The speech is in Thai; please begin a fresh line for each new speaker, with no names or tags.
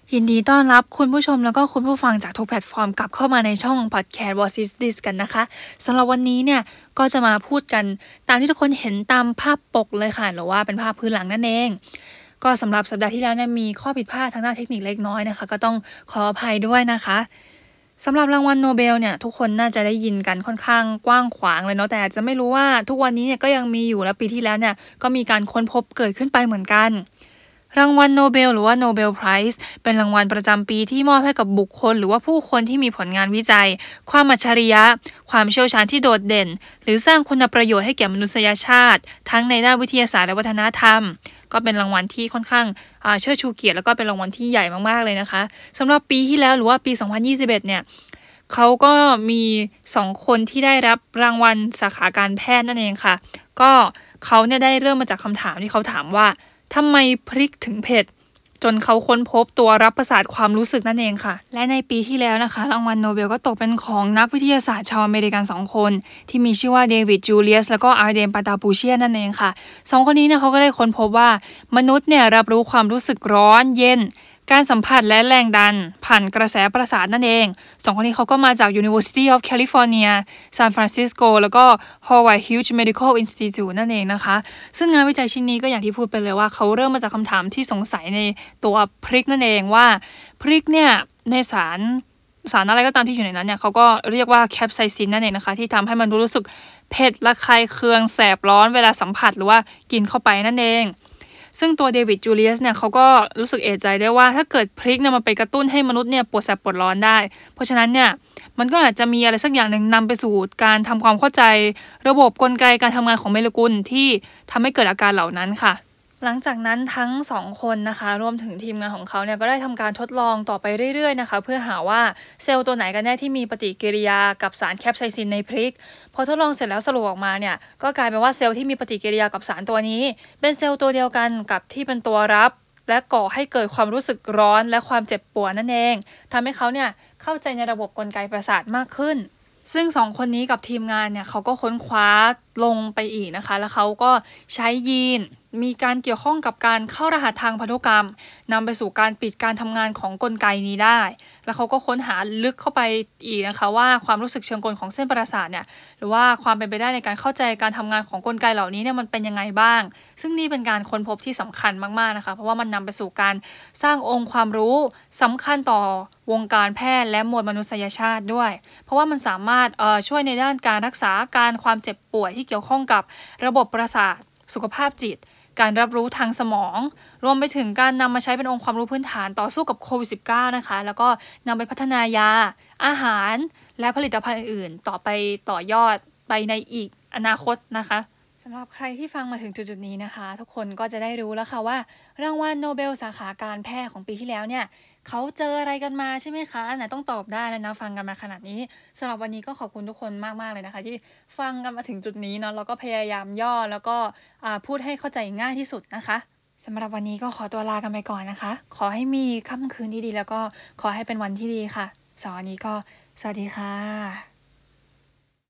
ยินดีต้อนรับคุณผู้ชมแล้วก็คุณผู้ฟังจากทุกแพลตฟอร์มกลับเข้ามาในช่องพอดแคสต์ What is this กันนะคะสำหรับวันนี้เนี่ยก็จะมาพูดกันตามที่ทุกคนเห็นตามภาพปกเลยค่ะหรือว่าเป็นภาพพื้นหลังนั่นเองก็สำหรับสัปดาห์ที่แล้วเนี่ยมีข้อผิดพลาดทางด้านเทคนิคเล็กน้อยนะคะก็ต้องขออภัยด้วยนะคะสำหรับรางวัลโนเบลเนี่ยทุกคนน่าจะได้ยินกันค่อนข้างกว้างขวางเลยเนาะแต่อาจจะไม่รู้ว่าทุกวันนี้เนี่ยก็ยังมีอยู่และปีที่แล้วเนี่ยก็มีการค้นพบเกิดขึ้นไปเหมือนกันรางวัลโนเบลหรือว่า Nobel Prize เป็นรางวัลประจำปีที่มอบให้กับบุคคลหรือว่าผู้คนที่มีผลงานวิจัยความอัจฉริยะความเชี่ยวชาญที่โดดเด่นหรือสร้างคุณประโยชน์ให้แก่มนุษยชาติทั้งในด้านวิทยาศาสตร์และวัฒนธรรมก็เป็นรางวัลที่ค่อนข้างเชิดชูเกียรติแล้วก็เป็นรางวัลที่ใหญ่มากๆเลยนะคะสำหรับปีที่แล้วหรือว่าปี 2021 เนี่ยเขาก็มี2คนที่ได้รับรางวัลสาขาการแพทย์นั่นเองค่ะก็เขาเนี่ยได้เริ่มมาจากคำถามที่เขาถามว่าทำไมพริกถึงเผ็ดจนเขาค้นพบตัวรับประสาทความรู้สึกนั่นเองค่ะและในปีที่แล้วนะคะรางวัลโนเบลก็ตกเป็นของนักวิทยาศาสตร์ชาวอเมริกัน2คนที่มีชื่อว่าเดวิดจูเลียสแล้วก็อาร์เดนปาตาปูเชียนั่นเองค่ะ2คนนี้เนี่ยเขาก็ได้ค้นพบว่ามนุษย์เนี่ยรับรู้ความรู้สึกร้อนเย็นการสัมผัสและแรงดันผ่านกระแสประสาทนั่นเอง2คนนี้เขาก็มาจาก University of California San Francisco แล้วก็ Howard Hughes Medical Institute นั่นเองนะคะซึ่งงานวิจัยชิ้นนี้ก็อย่างที่พูดไปเลยว่าเขาเริ่มมาจากคำถามที่สงสัยในตัวพริกนั่นเองว่าพริกเนี่ยในสารอะไรก็ตามที่อยู่ในนั้นเนี่ยเขาก็เรียกว่าแคปไซซินนั่นเองนะคะที่ทำให้มันรู้สึกเผ็ดระคายเคืองแสบร้อนเวลาสัมผัสหรือว่ากินเข้าไปนั่นเองซึ่งตัวเดวิดจูเลียสเนี่ยเขาก็รู้สึกเอะใจได้ว่าถ้าเกิดพริกเนี่ยมันไปกระตุ้นให้มนุษย์เนี่ยปวดแสบปวดร้อนได้เพราะฉะนั้นเนี่ยมันก็อาจจะมีอะไรสักอย่างหนึ่งนำไปสู่การทำความเข้าใจระบบกลไกการทำงานของโมเลกุลที่ทำให้เกิดอาการเหล่านั้นค่ะหลังจากนั้นทั้ง2คนนะคะรวมถึงทีมงานของเขาเนี่ยก็ได้ทำการทดลองต่อไปเรื่อยๆนะคะเพื่อหาว่าเซลล์ตัวไหนกันแน่ที่มีปฏิกิริยากับสารแคปไซซินในพริกพอทดลองเสร็จแล้วสรุปออกมาเนี่ยก็กลายเป็นว่าเซลล์ที่มีปฏิกิริยากับสารตัวนี้เป็นเซลล์ตัวเดียวกันกับที่เป็นตัวรับและก่อให้เกิดความรู้สึกร้อนและความเจ็บปวดนั่นเองทำให้เขาเนี่ยเข้าใจในระบบกลไกประสาทมากขึ้นซึ่ง2คนนี้กับทีมงานเนี่ยเขาก็ค้นคว้าลงไปอีกนะคะแล้วเขาก็ใช้ยีนมีการเกี่ยวข้องกับการเข้ารหัสทางพันธุกรรมนำไปสู่การปิดการทำงานของกลไกนี้ได้แล้วเขาก็ค้นหาลึกเข้าไปอีกนะคะว่าความรู้สึกเชิงกลของเส้นประสาทเนี่ยหรือว่าความเป็นไปได้ในการเข้าใจการทำงานของกลไกเหล่านี้เนี่ยมันเป็นยังไงบ้างซึ่งนี่เป็นการค้นพบที่สำคัญมากๆนะคะเพราะว่ามันนำไปสู่การสร้างองค์ความรู้สำคัญต่อวงการแพทย์และมวลมนุษยชาติด้วยเพราะว่ามันสามารถช่วยในด้านการรักษาการความเจ็บป่วยที่เกี่ยวข้องกับระบบประสาทสุขภาพจิตการรับรู้ทางสมองรวมไปถึงการนำมาใช้เป็นองค์ความรู้พื้นฐานต่อสู้กับโควิด -19 นะคะแล้วก็นำไปพัฒนายาอาหารและผลิตภัณฑ์อื่นๆต่อไปต่อยอดไปในอีกอนาคตนะคะสำหรับใครที่ฟังมาถึงจุดๆนี้นะคะทุกคนก็จะได้รู้แล้วค่ะว่ารางวัลโนเบลสาขาการแพทย์ของปีที่แล้วเนี่ยเขาเจออะไรกันมาใช่ไหมคะอันไหนต้องตอบได้แล้วนะฟังกันมาขนาดนี้สำหรับวันนี้ก็ขอบคุณทุกคนมากๆเลยนะคะที่ฟังกันมาถึงจุดนี้เนาะแล้วก็พยายามย่อแล้วก็พูดให้เข้าใจง่ายที่สุดนะคะสำหรับวันนี้ก็ขอตัวลากันไปก่อนนะคะขอให้มีค่ำคืนที่ดีแล้วก็ขอให้เป็นวันที่ดีค่ะสำหรับวันนี้ก็สวัสดีค่ะ